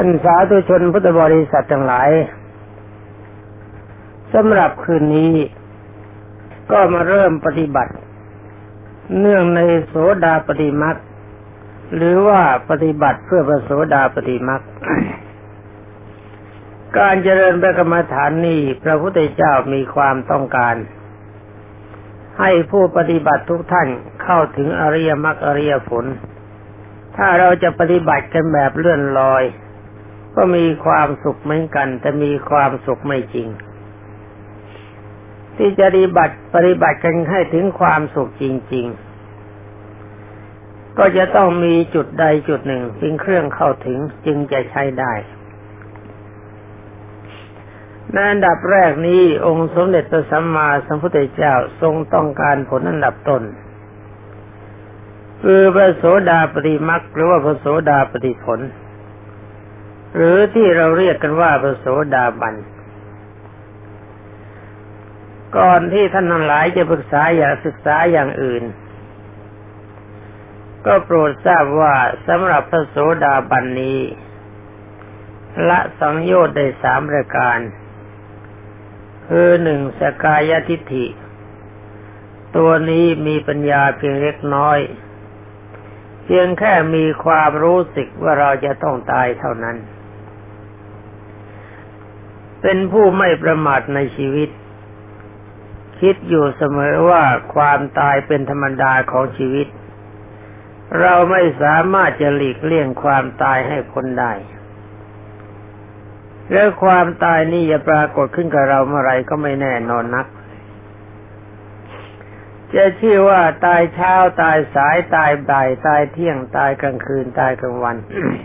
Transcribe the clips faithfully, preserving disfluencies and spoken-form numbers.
านสาธุชนพุทธบริษัททั้งหลายสำหรับคืนนี้ก็มาเริ่มปฏิบัติเนื่องในโสดาปัตติมรรคหรือว่าปฏิบัติเพื่อพระโสดาปัตติมรรค การเจริญพระกรรมฐานนี้พระพุทธเจ้ามีความต้องการให้ผู้ปฏิบัติทุกท่านเข้าถึงอริยมรรคอริยผลถ้าเราจะปฏิบัติกันแบบเลื่อนลอยก็มีความสุขเหมือนกันแต่มีความสุขไม่จริงที่จะปฏิบัติปฏิบัติกันให้ถึงความสุขจริงๆก็จะต้องมีจุดใดจุดหนึ่งเป็นเครื่องเข้าถึงจึงจะใช้ได้ในอันดับแรกนี้องค์สมเด็จพระสัมมาสัมพุทธเจ้าทรงต้องการผลอันดับต้นคือพระโสดาปัตติมรรคหรือว่าพระโสดาปัตติผลหรือที่เราเรียกกันว่าพระโสดาบันก่อนที่ท่านทั้งหลายจะปรึกษาอยากศึกษาอย่างอื่นก็โปรดทราบว่าสำหรับพระโสดาบันนี้ละสังโยชน์ได้สามประการคือหนึ่งสกายทิฏฐิตัวนี้มีปัญญาเพียงเล็กน้อยเพียงแค่มีความรู้สึกว่าเราจะต้องตายเท่านั้นเป็นผู้ไม่ประมาทในชีวิตคิดอยู่เสมอว่าความตายเป็นธรรมดาของชีวิตเราไม่สามารถจะหลีกเลี่ยงความตายให้พ้นได้และความตายนี่จะปรากฏขึ้นกับเราเมื่อไรก็ไม่แน่นอนนักจะชื่อว่าตายเช้าตายสายตายบ่ายตายเที่ยงตายกลางคืนตายกลางวัน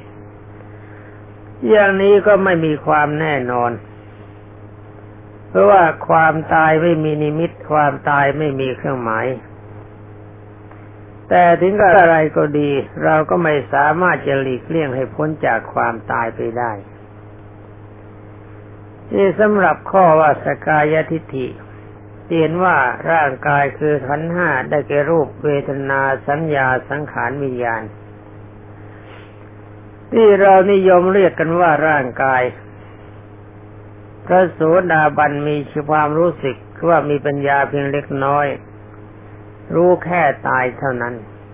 อย่างนี้ก็ไม่มีความแน่นอนเพราะว่าความตายไม่มีนิมิตความตายไม่มีเครื่องหมายแต่ถึงกับอะไรก็ดีเราก็ไม่สามารถจะหลีกเลี่ยงให้พ้นจากความตายไปได้นี่สำหรับข้อว่าสกายทิฏฐิเห็นว่าร่างกายคือขันธ์ห้าได้แก่รูปเวทนาสัญญาสังขารวิญญาณที่เรานิยมเรียกกันว่าร่างกายพระโสดาบันมีความรู้สึกว่ามีปัญญาเพียงเล็กน้อยรู้แค่ตายเท่านั้น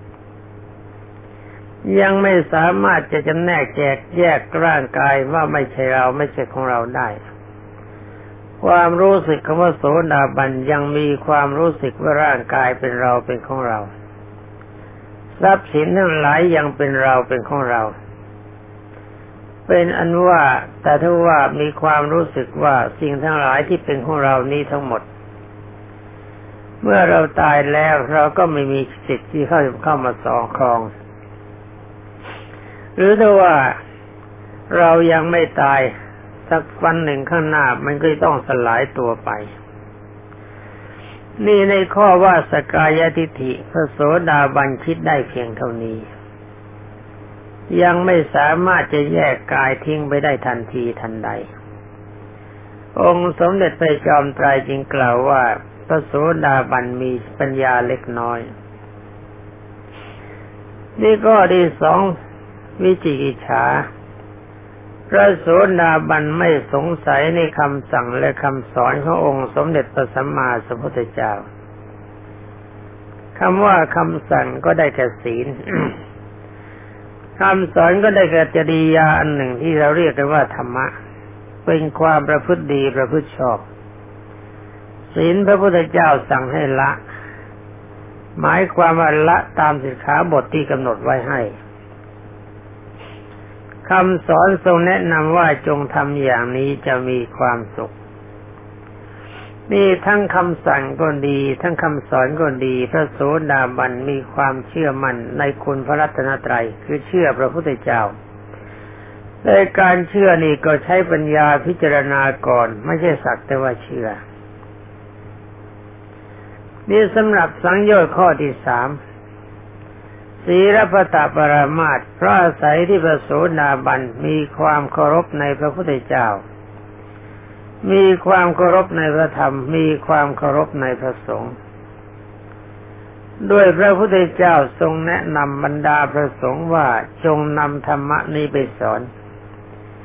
ยังไม่สามารถจะจำแนกแจกแยกร่างกายว่าไม่ใช่เราไม่ใช่ของเราได้ความรู้สึกของพระโสดาบันยังมีความรู้สึกว่าร่างกายเป็นเราเป็นของเราทรัพย์สินทั้งหลายยังเป็นเราเป็นของเราเป็นอันว่าแต่ถ้าว่ามีความรู้สึกว่าสิ่งทั้งหลายที่เป็นของเรานี้ทั้งหมดเมื่อเราตายแล้วเราก็ไม่มีสิทธิ์ที่เข้าเข้ามาสองครองหรือถ้าว่าเรายังไม่ตายสักวันหนึ่งข้างหน้ามันก็ต้องสลายตัวไปนี่ในข้อว่าสกายทิฏฐิพระโสดาบันคิดได้เพียงเท่านี้ยังไม่สามารถจะแยกกายทิ้งไปได้ทันทีทันใดองค์สมเด็จพระจอมไตรจึงกล่าวว่าพระโสดาบันมีปัญญาเล็กน้อยนี่ก็ที่สองวิจิกิจฉาพระโสดาบันไม่สงสัยในคำสั่งและคำสอนขององค์สมเด็จพระสัมมาสัมพุทธเจ้าคำว่าคำสั่งก็ได้แก่ศีล คำสอนก็ได้แก่จริยาอันหนึ่งที่เราเรียกกันว่าธรรมะเป็นความประพฤติดีประพฤติชอบศีลพระพุทธเจ้าสั่งให้ละหมายความว่าละตามสิกขาบทที่กำหนดไว้ให้คำสอนทรงแนะนำว่าจงทำอย่างนี้จะมีความสุขนี่ทั้งคำสั่งก็ดีทั้งคำสอนก็ดีพระโสดาบันมีความเชื่อมั่นในคุณพระรัตนตรัยคือเชื่อพระพุทธเจ้าในการเชื่อนี่ก็ใช้ปัญญาพิจารณาก่อนไม่ใช่สักแต่ว่าเชื่อนี่สำหรับสังโยชน์ข้อที่สามศีลปตปรามาสเพราะอาศัยที่พระโสดาบันมีความเคารพในพระพุทธเจ้ามีความเคารพในพระธรรมมีความเคารพในพระสงฆ์ด้วยพระพุทธเจ้าทรงแนะนำบรรดาพระสงฆ์ว่าจงนำธรรมะนี้ไปสอน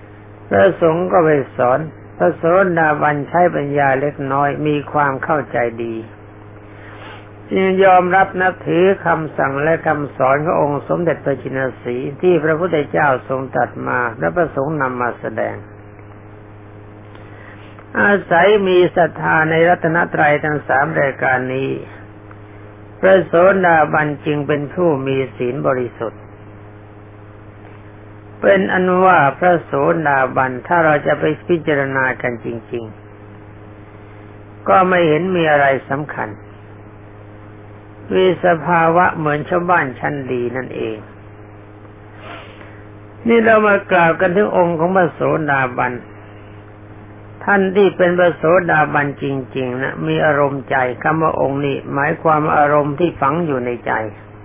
พระสงฆ์ก็ไปสอนพระโสดาบันใช้ปัญญาเล็กน้อยมีความเข้าใจดีจึงยอมรับนับถือคำสั่งและคำสอนขององค์สมเด็จพระจินสีห์ที่พระพุทธเจ้าทรงตรัสมาและพระสงฆ์นำมาแสดงอาศัยมีศรัทธาในรัตนตรัยทั้งสามรายการนี้พระโสดาบันจึงเป็นผู้มีศีลบริสุทธิ์เป็นอันว่าพระโสดาบันถ้าเราจะไปพิจารณากันจริงๆก็ไม่เห็นมีอะไรสำคัญมีสภาวะเหมือนชาวบ้านชั้นดีนั่นเองนี่เรามากล่าวกันถึงองค์ของพระโสดาบันท่านที่เป็นพระโสดาบันจริงๆนะมีอารมณ์ใจคำว่าองค์นี้หมายความอารมณ์ที่ฝังอยู่ในใจ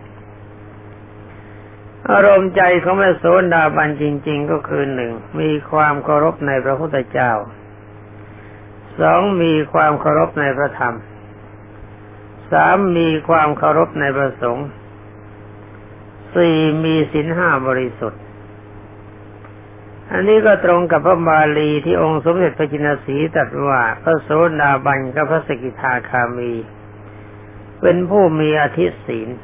อารมณ์ใจของพระโสดาบันจริงๆก็คือหนึ่งมีความเคารพในพระพุทธเจ้าสองมีความเคารพในพระธรรมสามมีความเคารพในพระสงฆ์สี่มีศีลห้าบริสุทธิ์อันนี้ก็ตรงกับพระบาลีที่องค์สมเด็จพระจินสีห์ตรัสว่าพระโสดาบันกับพระสกิทาคามีเป็นผู้มีอธิศีล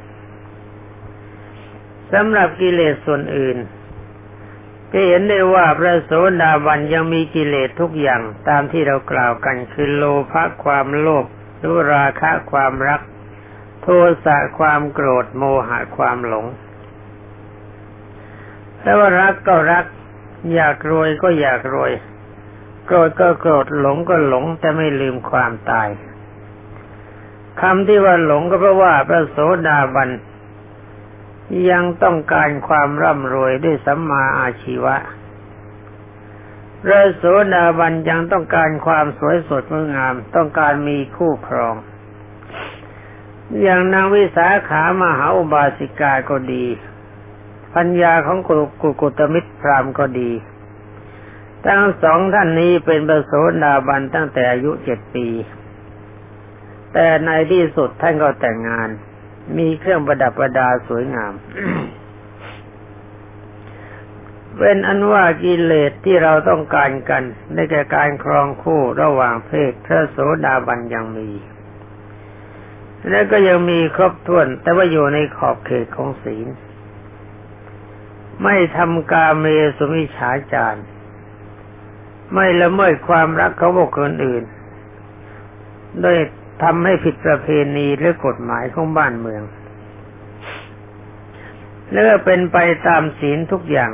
สำหรับกิเลสส่วนอื่นจะเห็นได้ว่าพระโสดาบันยังมีกิเลสทุกอย่างตามที่เรากล่าวกันคือโลภะความโลภหรือราคะความรักโทสะความโกรธโมหะความหลงแต่ว่ารักก็รักอยากรวยก็อยากรวยโกรธก็โกรธหลงก็หลงแต่ไม่ลืมความตายคำที่ว่าหลงก็เพราะว่าพระโสดาบันยังต้องการความร่ำรวยด้วยสัมมาอาชีวะพระโสดาบันยังต้องการความสวยสดงดงามต้องการมีคู่ครองอย่างนางวิสาขามหาอุบาสิกาก็ดีปัญญาของกุกุตมิตรพราหมณ์ก็ดีทั้งสองท่านนี้เป็นพระโสดาบันตั้งแต่อายุเจ็ดปีแต่ในที่สุดท่านก็แต่งงานมีเครื่องประดับประดาสวยงาม เป็นอันว่ากิเลสที่เราต้องการกันในแก่การครองคู่ระหว่างเพศพระโสดาบันยังมีและก็ยังมีครบถ้วนแต่ว่าอยู่ในขอบเขตของศีลไม่ทำกาเมสุมิจฉาจารไม่ละเมิดความรักของบุคคลอื่นโดยทำให้ผิดประเพณีหรือกฎหมายของบ้านเมืองและเป็นไปตามศีลทุกอย่าง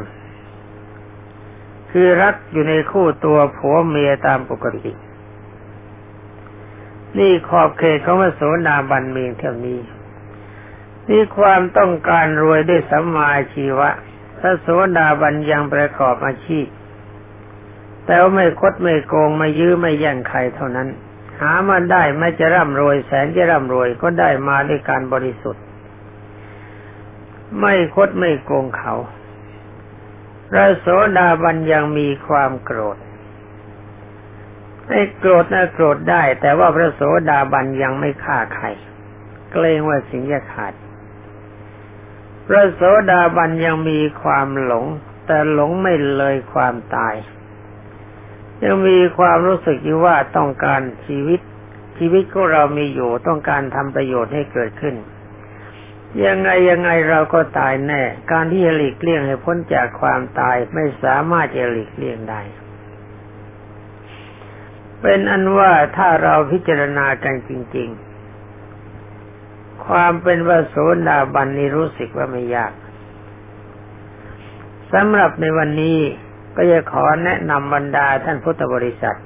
คือรักอยู่ในคู่ตัวผัวเมียตามปกตินี่ขอบเขตของพระโสดาบันมีเท่านี้นี่ความต้องการรวยด้วยสัมมาอาชีวะพระโสดาบันยังประกอบอาชีพแต่ว่าไม่คดไม่โกงไม่ยื้อไม่แย่งใครเท่านั้นหามาได้ไม่จะร่ำรวยแสนจะร่ำรวยก็ได้มาด้วยการบริสุทธิ์ไม่คดไม่โกงเขาพระโสดาบันยังมีความโกรธไอ้โกรธน่ะโกรธได้แต่ว่าพระโสดาบันยังไม่ฆ่าใครเกรงว่าสิ่งจะขาดพระโสดาบันยังมีความหลงแต่หลงไม่เลยความตายยังมีความรู้สึกอยู่ว่าต้องการชีวิตชีวิตของเรามีอยู่ต้องการทำประโยชน์ให้เกิดขึ้นยังไงยังไงเราก็ตายแน่การที่จะหลีกเลี่ยงให้พ้นจากความตายไม่สามารถจะหลีกเลี่ยงได้เป็นอันว่าถ้าเราพิจารณากันจริงๆความเป็นพระโสดาบันนี้รู้สึกว่าไม่ยากสำหรับในวันนี้ก็จะขอแนะนำบรรดาท่านพุทธบริษัท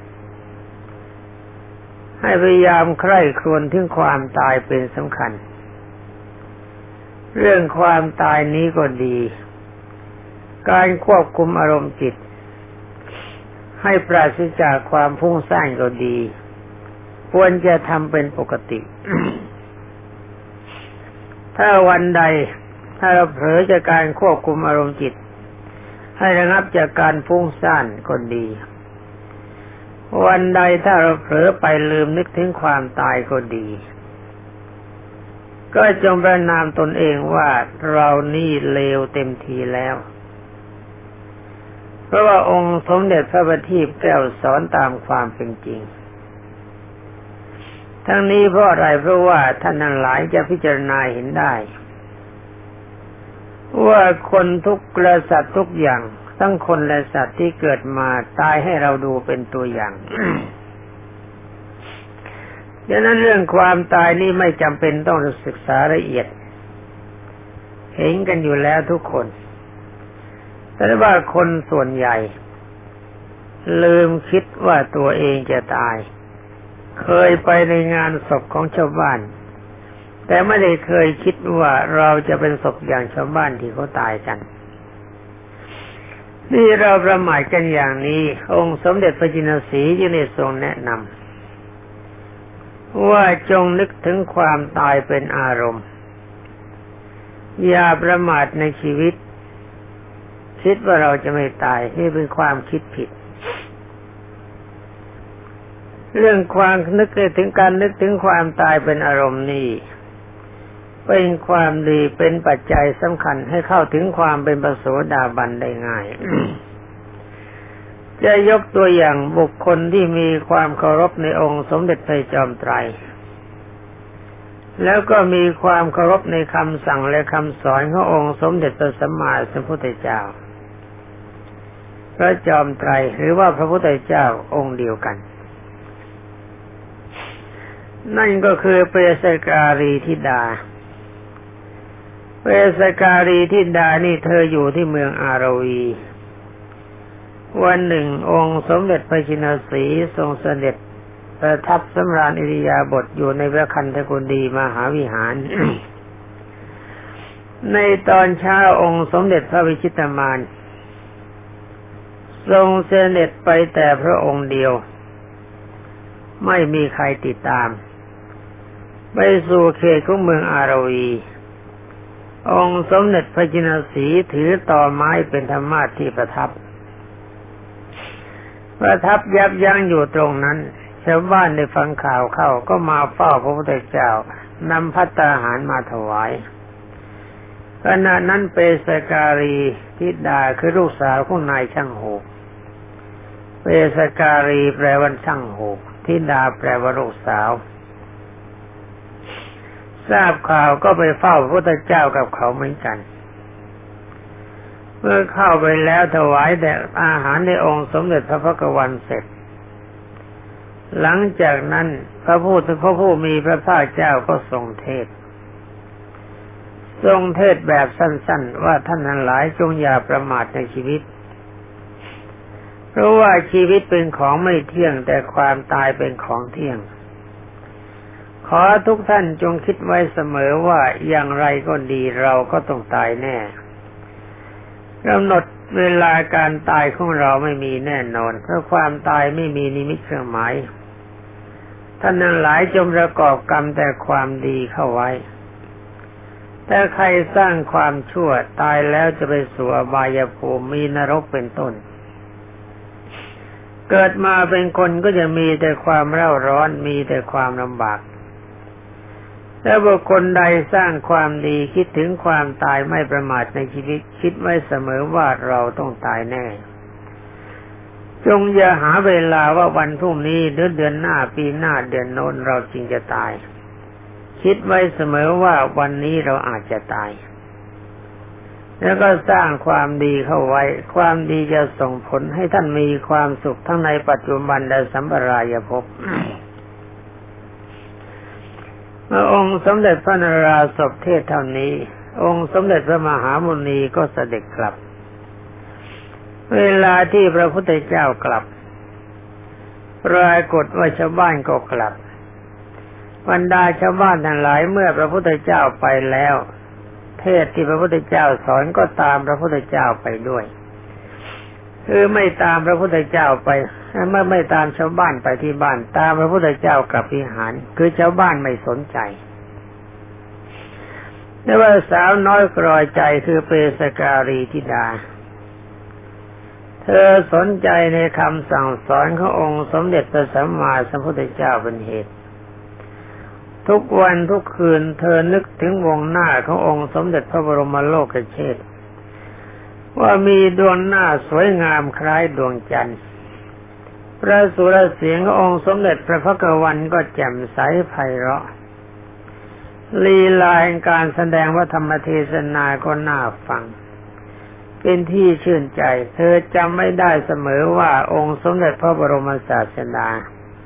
ให้พยายามใคร่ครวญถึงความตายเป็นสำคัญเรื่องความตายนี้ก็ดีการควบคุมอารมณ์จิตให้ปราศจากความฟุ้งซ่านก็ดีควรจะทำเป็นปกติ ถ้าวันใดถ้าเราเผลอจากการควบคุมอารมณ์จิตให้ระงับจากการฟุ้งซ่านก็ดีวันใดถ้าเราเผลอไปลืมนึกถึงความตายก็ดีก็จงประณามตนเองว่าเรานี่เลวเต็มทีแล้วเพราะว่าองค์สมเด็จพระบัณฑิตแก้วสอนตามความเป็นจริงทั้งนี้เพราะอะไรเพราะว่าท่านทั้งหลายจะพิจารณาเห็นได้ว่าคนทุกกระสัตว์ทุกอย่างทั้งคนและสัตว์ที่เกิดมาตายให้เราดูเป็นตัวอย่าง ดังนั้นเรื่องความตายนี่ไม่จำเป็นต้องศึกษาละเอียดเห็นกันอยู่แล้วทุกคนแต่ว่าคนส่วนใหญ่ลืมคิดว่าตัวเองจะตายเคยไปในงานศพของชาวบ้านแต่ไม่ได้เคยคิดว่าเราจะเป็นศพอย่างชาวบ้านที่เขาตายกันนี่เราประมาทกันอย่างนี้องค์สมเด็จพระจินสีจึงได้ทรงแนะนำว่าจงนึกถึงความตายเป็นอารมณ์อย่าประมาทในชีวิตคิดว่าเราจะไม่ตายนี่เป็นความคิดผิดเรื่องความนึกถึงการนึกถึงความตายเป็นอารมณ์นี่เป็นความดีเป็นปัจจัยสำคัญให้เข้าถึงความเป็นพระโสดาบันได้ง่าย จะยกตัวอย่างบุคคลที่มีความเคารพในองค์สมเด็จพระจอมไตรแล้วก็มีความเคารพในคำสั่งและคำสอนขององค์สมเด็จพระสัมมาสัมพุทธเจ้าพระจอมไตรหรือว่าพระพุทธเจ้าองค์เดียวกันนั่นก็คือเปสการีธิดาเปสการีธิดานี่เธออยู่ที่เมืองอารวีวันหนึ่งองค์สมเด็จพระชินสีห์ทรงเสด็จประทับสำราญอิริยาบถอยู่ในพระคันธกุฎีมหาวิหาร ในตอนเช้าองค์สมเด็จพระวิชิตมารทรงเสด็จไปแต่พระองค์เดียวไม่มีใครติดตามไปสู่เขตของเมืองอารวีองค์สมเด็จพระจินสีห์ถือต่อไม้เป็นธรรมาสน์ที่ประทับประทับยับยั้งอยู่ตรงนั้นชาวบ้านได้ฟังข่าวเข้าก็มาเฝ้าพระพุทธเจ้านำภัตตาหารมาถวายขณะนั้นเปสการีธิดาคือลูกสาวของนายช่างโหกเปสการีแปลว่าช่างโหกธิดาแปลว่าลูกสาวทราบข่าวก็ไปเฝ้าพระพุทธเจ้ากับเขาเหมือนกันเมื่อเข้าไปแล้วถวายแต่อาหารในองค์สมเด็จพระพักวันเสร็จหลังจากนั้นพระผู้พระผู้มีพระภาคเจ้าก็ทรงเทศทรงเทศแบบสั้นๆว่าท่านทั้งหลายจงอย่าประมาทในชีวิตเพราะว่าชีวิตเป็นของไม่เที่ยงแต่ความตายเป็นของเที่ยงขอทุกท่านจงคิดไว้เสมอว่าอย่างไรก็ดีเราก็ต้องตายแน่กำหนดเวลาการตายของเราไม่มีแน่นอนเพราะความตายไม่มีนิมิตเครื่องหมายท่านทั้งหลายจงประกอบกรรมแต่ความดีเข้าไว้แต่ใครสร้างความชั่วตายแล้วจะไปสู่อบายภูมิมีนรกเป็นต้นเกิดมาเป็นคนก็จะมีแต่ความเร่าร้อนมีแต่ความลำบากถ้าบุคคลใดสร้างความดีคิดถึงความตายไม่ประมาทในชีวิตคิดไว้เสมอว่าเราต้องตายแน่จงอย่าหาเวลาว่าวันพรุ่งนี้หรือเดือนหน้าปีหน้าเดือนโน้นเราจริงจะตายคิดไว้เสมอว่าวันนี้เราอาจจะตายแล้วก็สร้างความดีเข้าไว้ความดีจะส่งผลให้ท่านมีความสุขทั้งในปัจจุบันและสัมปรายภพเมื่อองค์สมเด็จพระนราศพเทศเท่านี้องค์สมเด็จพระมหามุนีก็เสด็จกลับเวลาที่พระพุทธเจ้ากลับปรากฏว่าชาวบ้านก็กลับบรรดาชาวบ้านทั้งหลายเมื่อพระพุทธเจ้าไปแล้วเทศที่พระพุทธเจ้าสอนก็ตามพระพุทธเจ้าไปด้วยคือไม่ตามพระพุทธเจ้าไปไม่ไม่ตามชาวบ้านไปที่บ้านตามพระพุทธเจ้ากลับวิหารคือชาวบ้านไม่สนใจแต่ว่าสาวน้อยกรอยใจคือเปสการีธิดาเธอสนใจในคำสั่งสอนขององค์สมเด็จพระสัมมาสัมพุทธเจ้าเป็นเหตุทุกวันทุกคืนเธอนึกถึงวงหน้าขององค์สมเด็จพระบรมโลกเชษฐ์ว่ามีดวงหน้าสวยงามคล้ายดวงจันทร์พระสุรเสียงขององค์สมเด็จพระพักวันก็แจ่มใสไพเราะลีลาแห่งการแสดงว่าธรรมเทศนาก็น่าฟังเป็นที่ชื่นใจเธอจำไม่ได้เสมอว่าองค์สมเด็จพระบรมศาสดา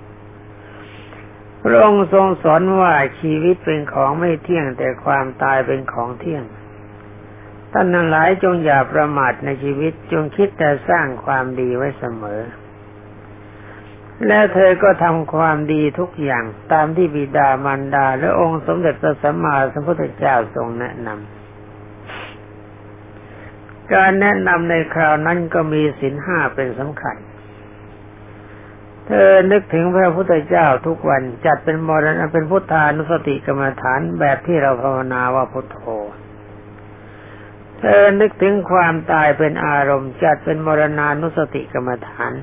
พระองค์ทรงสอนว่าชีวิตเป็นของไม่เที่ยงแต่ความตายเป็นของเที่ยงท่านทั้งหลายจงอย่าประมาทในชีวิตจงคิดแต่สร้างความดีไว้เสมอและเธอก็ทำความดีทุกอย่างตามที่บิดามารดาและองค์สมเด็จพระสัมมาสัมพุทธเจ้าทรงแนะนำการแนะนำในคราวนั้นก็มีศีลห้าเป็นสำคัญเธอนึกถึงพระพุทธเจ้าทุกวันจัดเป็นมรณะเป็นพุทธานุสติกรรมฐานแบบที่เราภาวนาว่าพุทโธเธอนึกถึงความตายเป็นอารมณ์จัดเป็นมรณานุสติกรรมฐาน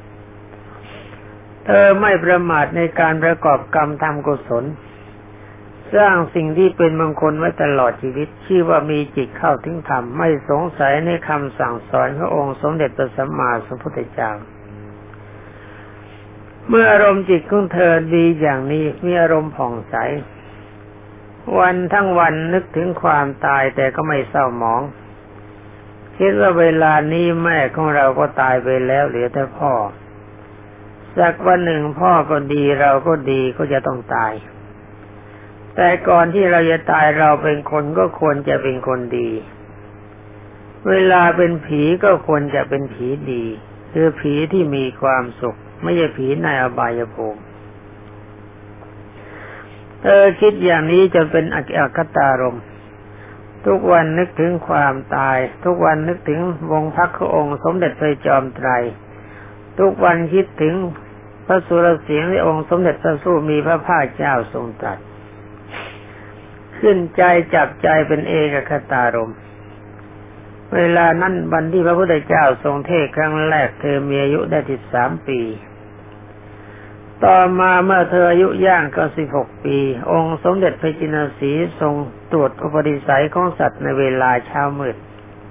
เธอไม่ประมาทในการประกอบกรรมทำกุศลสร้างสิ่งที่เป็นมงคลไว้ตลอดชีวิตชื่อว่ามีจิตเข้าถึงธรรมไม่สงสัยในคำสั่งสอนขององค์สมเด็จพระสัมมาสัมพุทธเจ้าเมื่ออารมณ์จิตของเธอดีอย่างนี้มีอารมณ์ผ่องใสวันทั้งวันนึกถึงความตายแต่ก็ไม่เศร้าหมองคิดว่าเวลานี้แม่ของเราก็ตายไปแล้วเหลือแต่พ่อสักวันหนึ่งพ่อก็ดีเราก็ดีก็จะต้องตายแต่ก่อนที่เราจะตายเราเป็นคนก็ควรจะเป็นคนดีเวลาเป็นผีก็ควรจะเป็นผีดีคือผีที่มีความสุขไม่ใช่ผีในอบายภูมิเธอคิดอย่างนี้จนเป็นอคตารมณ์ทุกวันนึกถึงความตายทุกวันนึกถึงวงพักขององค์สมเด็จพระจอมไตรทุกวันคิดถึงพระสุรเสียงที่องค์สมเด็จพระสู้มีพระภาคเจ้าทรงตรัสขึ้นใจจับใจเป็นเอกคตารมณ์เวลานั้นวันที่พระพุทธเจ้าทรงเทศน์ครั้งแรกเธอมีอายุได้สิบสามปีต่อมาเมื่อเธออายุย่างก็สิบหกปีองค์สมเด็จพระจินสีห์ทรงตรวจอุปนิสัยของสัตว์ในเวลาเช้ามืด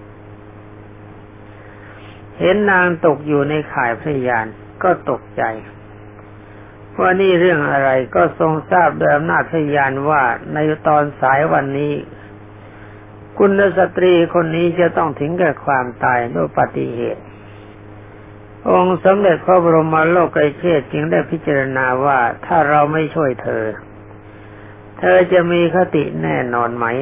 เห็นนางตกอยู่ในข่ายพยานก็ตกใจว่านี่เรื่องอะไรก็ทรงทราบโดยอำนาจพยานว่าในตอนสายวันนี้กุลสตรีคนนี้จะต้องถึงแก่ความตายด้วยอุบัติเหตุองค์สมเด็จพระบรมโลกเชษฐ์จึงได้พิจารณาว่าถ้าเราไม่ช่วยเธอเธอจะมีคติแน่นอนไหม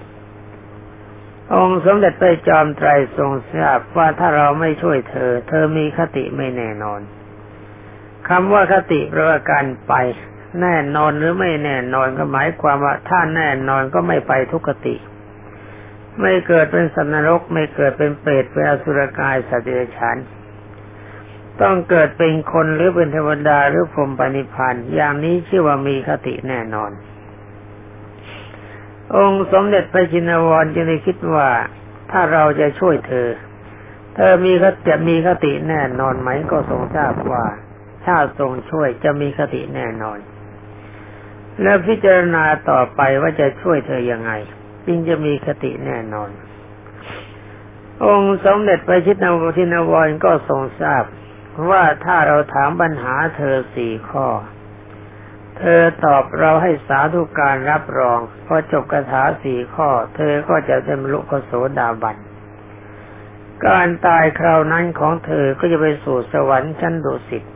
องค์สมเด็จพระจอมไตรทรงทราบว่าถ้าเราไม่ช่วยเธอเธอมีคติไม่แน่นอนคำว่าคติแปลว่าการไปแน่นอนหรือไม่แน่นอนก็หมายความว่าถ้าแน่นอนก็ไม่ไปทุกขติไม่เกิดเป็นสัตว์นรกไม่เกิดเป็นเปรตเป็นอสุรกายสัตว์เดรัจฉานต้องเกิดเป็นคนหรือเป็นเทวดาหรือพรหมปณิพพานอย่างนี้ชื่อว่ามีคติแน่นอนองค์สมเด็จพระชินวรจึงได้คิดว่าถ้าเราจะช่วยเธอเธอมีคติจะมีคติแน่นอนไหมก็ทรงทราบว่าถ้าทรงช่วยจะมีคติแน่นอนแล้วพิจารณาต่อไปว่าจะช่วยเธอยังไงจึงจะมีคติแน่นอนองค์สมเด็จพระชินวรก็ทรงทราบว่าถ้าเราถามปัญหาเธอสี่ข้อเธอตอบเราให้สาธุการรับรองพอจบคาถาสี่ข้อเธอก็จะได้บรรลุพระโสดาบันการตายคราวนั้นของเธอก็จะไปสู่สวรรค์ชั้นดุสิต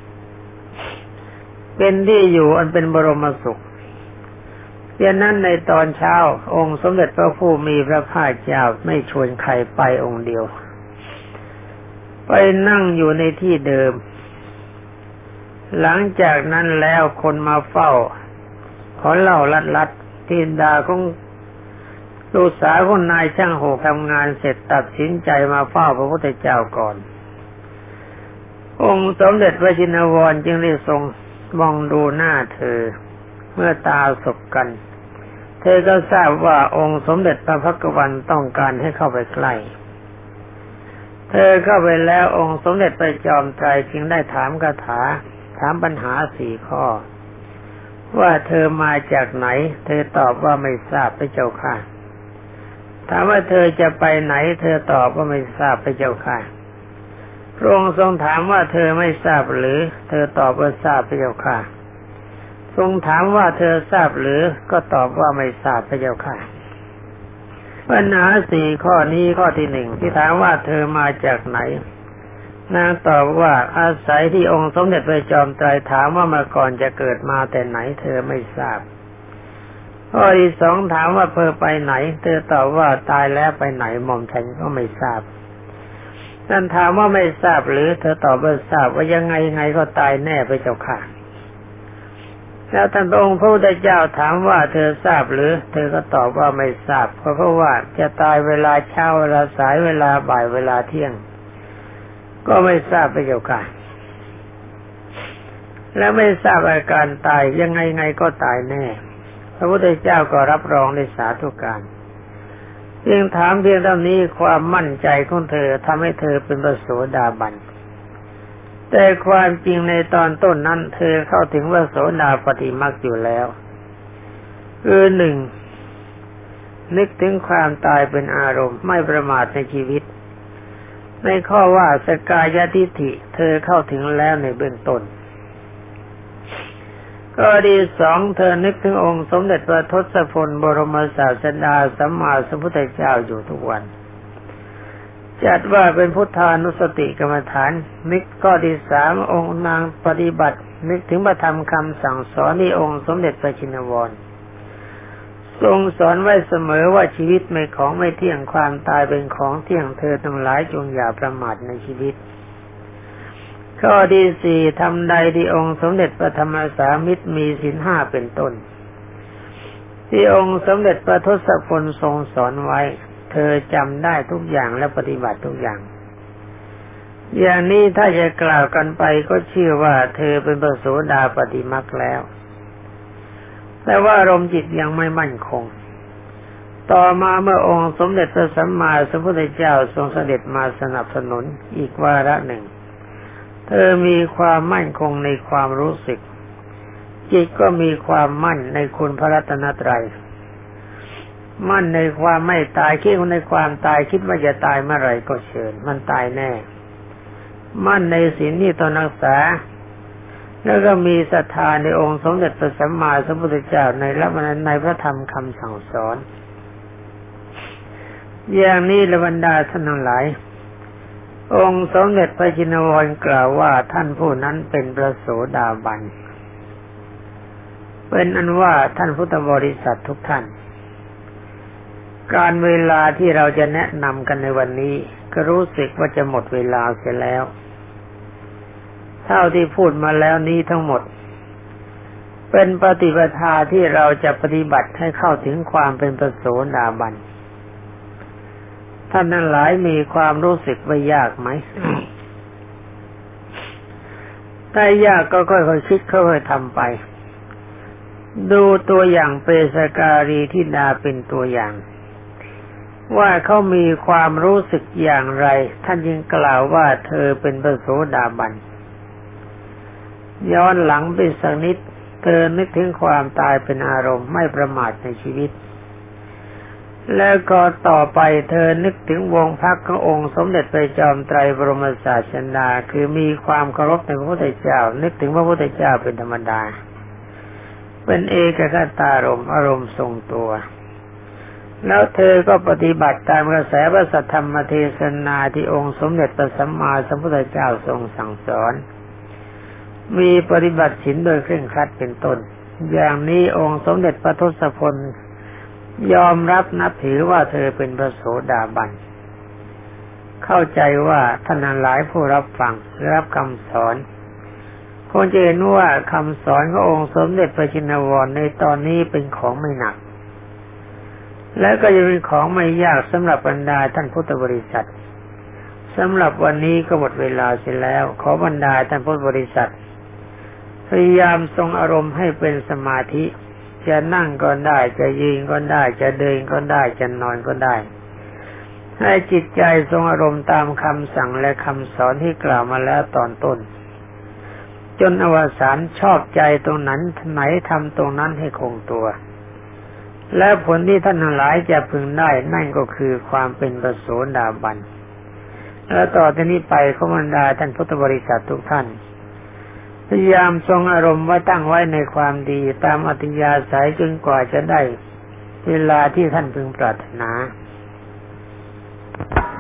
เป็นที่อยู่อันเป็นบรมสุขดังนั้นในตอนเช้าองค์สมเด็จพระผู้มีพระภาคเจ้าไม่ชวนใครไปองค์เดียวไปนั่งอยู่ในที่เดิมหลังจากนั้นแล้วคนมาเฝ้าขอเล่าลัดๆทินดาของลูกสาวของนายช่างโหกทำงานเสร็จตัดสินใจมาเฝ้าพระพุทธเจ้าก่อนองค์สมเด็จพระชินวรจึงได้ทรงมองดูหน้าเธอเมื่อตาสบกันเธอก็ทราบว่าองค์สมเด็จพระพักวันต้องการให้เข้าไปใกล้เธอเข้าไปแล้วองค์สมเด็จพระจอมไตรจึงได้ถามคาถาถามปัญหาสี่ข้อว่าเธอมาจากไหนเธอตอบว่าไม่ทราบพระเจ้าค่ะถามว่าเธอจะไปไหนเธอตอบว่าไม่ทราบพระเจ้าค่ะพระองค์ทรงถามว่าเธอไม่ทราบหรือเธอตอบว่าทราบพระเจ้าค่ะทรงถามว่าเธอทราบหรือก็ตอบว่าไม่ทราบพระเจ้าค่ะปัญหาสี่ข้อนี้ข้อที่หนึ่งที่ถามว่าเธอมาจากไหนนางตอบว่าอาศัยที่องค์สมเด็จพระจอมไตรถามว่าเมื่อก่อนจะเกิดมาแต่ไหนเธอไม่ทราบข้อที่สองถามว่าเธอไปไหนเธอตอบว่าตายแล้วไปไหนหม่อมฉันก็ไม่ทราบนั่นถามว่าไม่ทราบหรือเธอตอบว่าทราบว่ายังไงไงก็ตายแน่พระเจ้าค่ะแล้วท่านพระองค์พระพุทธเจ้าถามว่าเธอทราบหรือเธอก็ตอบว่าไม่ทราบเพราะเพราะว่าจะตายเวลาเช้าเวลาสายเวลาบ่ายเวลาเที่ยงก็ไม่ทราบพระเจ้าค่ะและไม่ทราบอาการตายยังไงไงก็ตายแน่พระพุทธเจ้าก็รับรองในสาธุการเพียงถามเพียงเท่านี้ความมั่นใจของเธอทำให้เธอเป็นพระโสดาบันแต่ความจริงในตอนต้นนั้นเธอเข้าถึงพระโสดาปัตติมรรคอยู่แล้วคือหนึ่งนึกถึงความตายเป็นอารมณ์ไม่ประมาทในชีวิตในข้อว่าสกายทิฏฐิเธอเข้าถึงแล้วในเบื้องต้นข้อที่สองเธอนึกถึงองค์สมเด็จพระทศพลบรมศาสดาสัมมาสัมพุทธเจ้าอยู่ทุกวันจัดว่าเป็นพุทธานุสติกรรมฐานนึกข้อที่สามองค์นางปฏิบัตินึกถึงพระธรรมคำสั่งสอนที่องค์สมเด็จพระชินวรทรงสอนไว้เสมอว่าชีวิตไม่ของไม่เที่ยงความตายเป็นของเที่ยงเธอทั้งหลายจงอย่าประมาทในชีวิตข้อที่สี่ทำใดที่องค์สมเด็จพระธรรมสามิตรมีศีลห้าเป็นต้นที่องค์สมเด็จพระทศพลทรงสอนไว้เธอจำได้ทุกอย่างและปฏิบัติทุกอย่างอย่างนี้ถ้าจะกล่าวกันไปก็เชื่อว่าเธอเป็นพระโสดาปัตติมรรคแล้วแต่ว่าอารมณ์จิตยังไม่มั่นคงต่อมาเมื่อองค์สมเด็จพระสัมมาสัมพุทธเจ้าทรงเสด็จมาสนับสนุนอีกวาระหนึ่งเธอมีความมั่นคงในความรู้สึกจิตก็มีความมั่นในคุณพระรัตนตรัยมั่นในความไม่ตายคิดในความตายคิดว่าจะตายเมื่อไหร่ก็เชิญมันตายแน่มั่นในศีลที่ตนรักษาแล้วก็มีศรัทธาในองค์สมเด็จพระสัมมาสัมพุทธเจ้าในละมันในพระธรรมคำสั่งสอนอย่างนี้ละบรรดาท่านทั้งหลายองค์สมเด็จพระชินวรกล่าวว่าท่านผู้นั้นเป็นพระโสดาบันเป็นอันว่าท่านพุทธบริษัททุกท่านการเวลาที่เราจะแนะนำกันในวันนี้ก็รู้สึกว่าจะหมดเวลาเสียแล้วเท่าที่พูดมาแล้วนี้ทั้งหมดเป็นปฏิปทาที่เราจะปฏิบัติให้เข้าถึงความเป็นพระโสดาบันท่านทั้งหลายมีความรู้สึกว่ายากไหม ถ้ายากก็ค่อยๆคิดค่อยๆทำไปดูตัวอย่างเปสการีธิดาเป็นตัวอย่างว่าเขามีความรู้สึกอย่างไรท่านจึงกล่าวว่าเธอเป็นพระโสดาบันย้อนหลังไปสักนิดเธอนึกถึงความตายเป็นอารมณ์ไม่ประมาทในชีวิตแล้วก็ต่อไปเธอนึกถึงวงพรรคขององค์สมเด็จพระจอมไตรบรมศาสดาคือมีความเคารพในพระพุทธเจ้านึกถึงพระพุทธเจ้าเป็นธรรมดาเป็นเอกคตารมณ์อารมณ์ทรงตัวแล้วเธอก็ปฏิบัติตามกระแสพระสัทธรรมเทศนาที่องค์สมเด็จพระสัมมาสัมพุทธเจ้าทรงสั่งสอนมีปฏิบัติศีลโดยเคร่งครัดเป็นต้นอย่างนี้องค์สมเด็จพระทศพลยอมรับนับถือว่าเธอเป็นพระโสดาบันเข้าใจว่าท่านหลายผู้รับฟังรับคำสอนคงจะเห็นว่าคำสอนขององค์สมเด็จพระชินวรในตอนนี้เป็นของไม่หนักและก็จะเป็นของไม่ยากสำหรับบรรดาท่านพุทธบริษัทสำหรับวันนี้ก็หมดเวลาเสียแล้วขอบรรดาท่านพุทธบริษัทพยายามทรงอารมณ์ให้เป็นสมาธิจะนั่งก็ได้จะยืนก็ได้จะเดินก็ได้จะนอนก็ได้ให้จิตใจทรงอารมณ์ตามคำสั่งและคำสอนที่กล่าวมาแล้วตอนต้นจนอวสานชอบใจตรงนั้นไหนทำตรงนั้นให้คงตัวและผลที่ท่านทั้งหลายจะพึงได้นั่นก็คือความเป็นพระโสดาบันและต่อจากนี้ไปขอบรรดาท่านพุทธบริษัททุกท่านพยายามทรงอารมณ์ไว้ตั้งไว้ในความดีตามอัธยาศัยจนกว่าจะได้เวลาที่ท่านพึงปรารถนา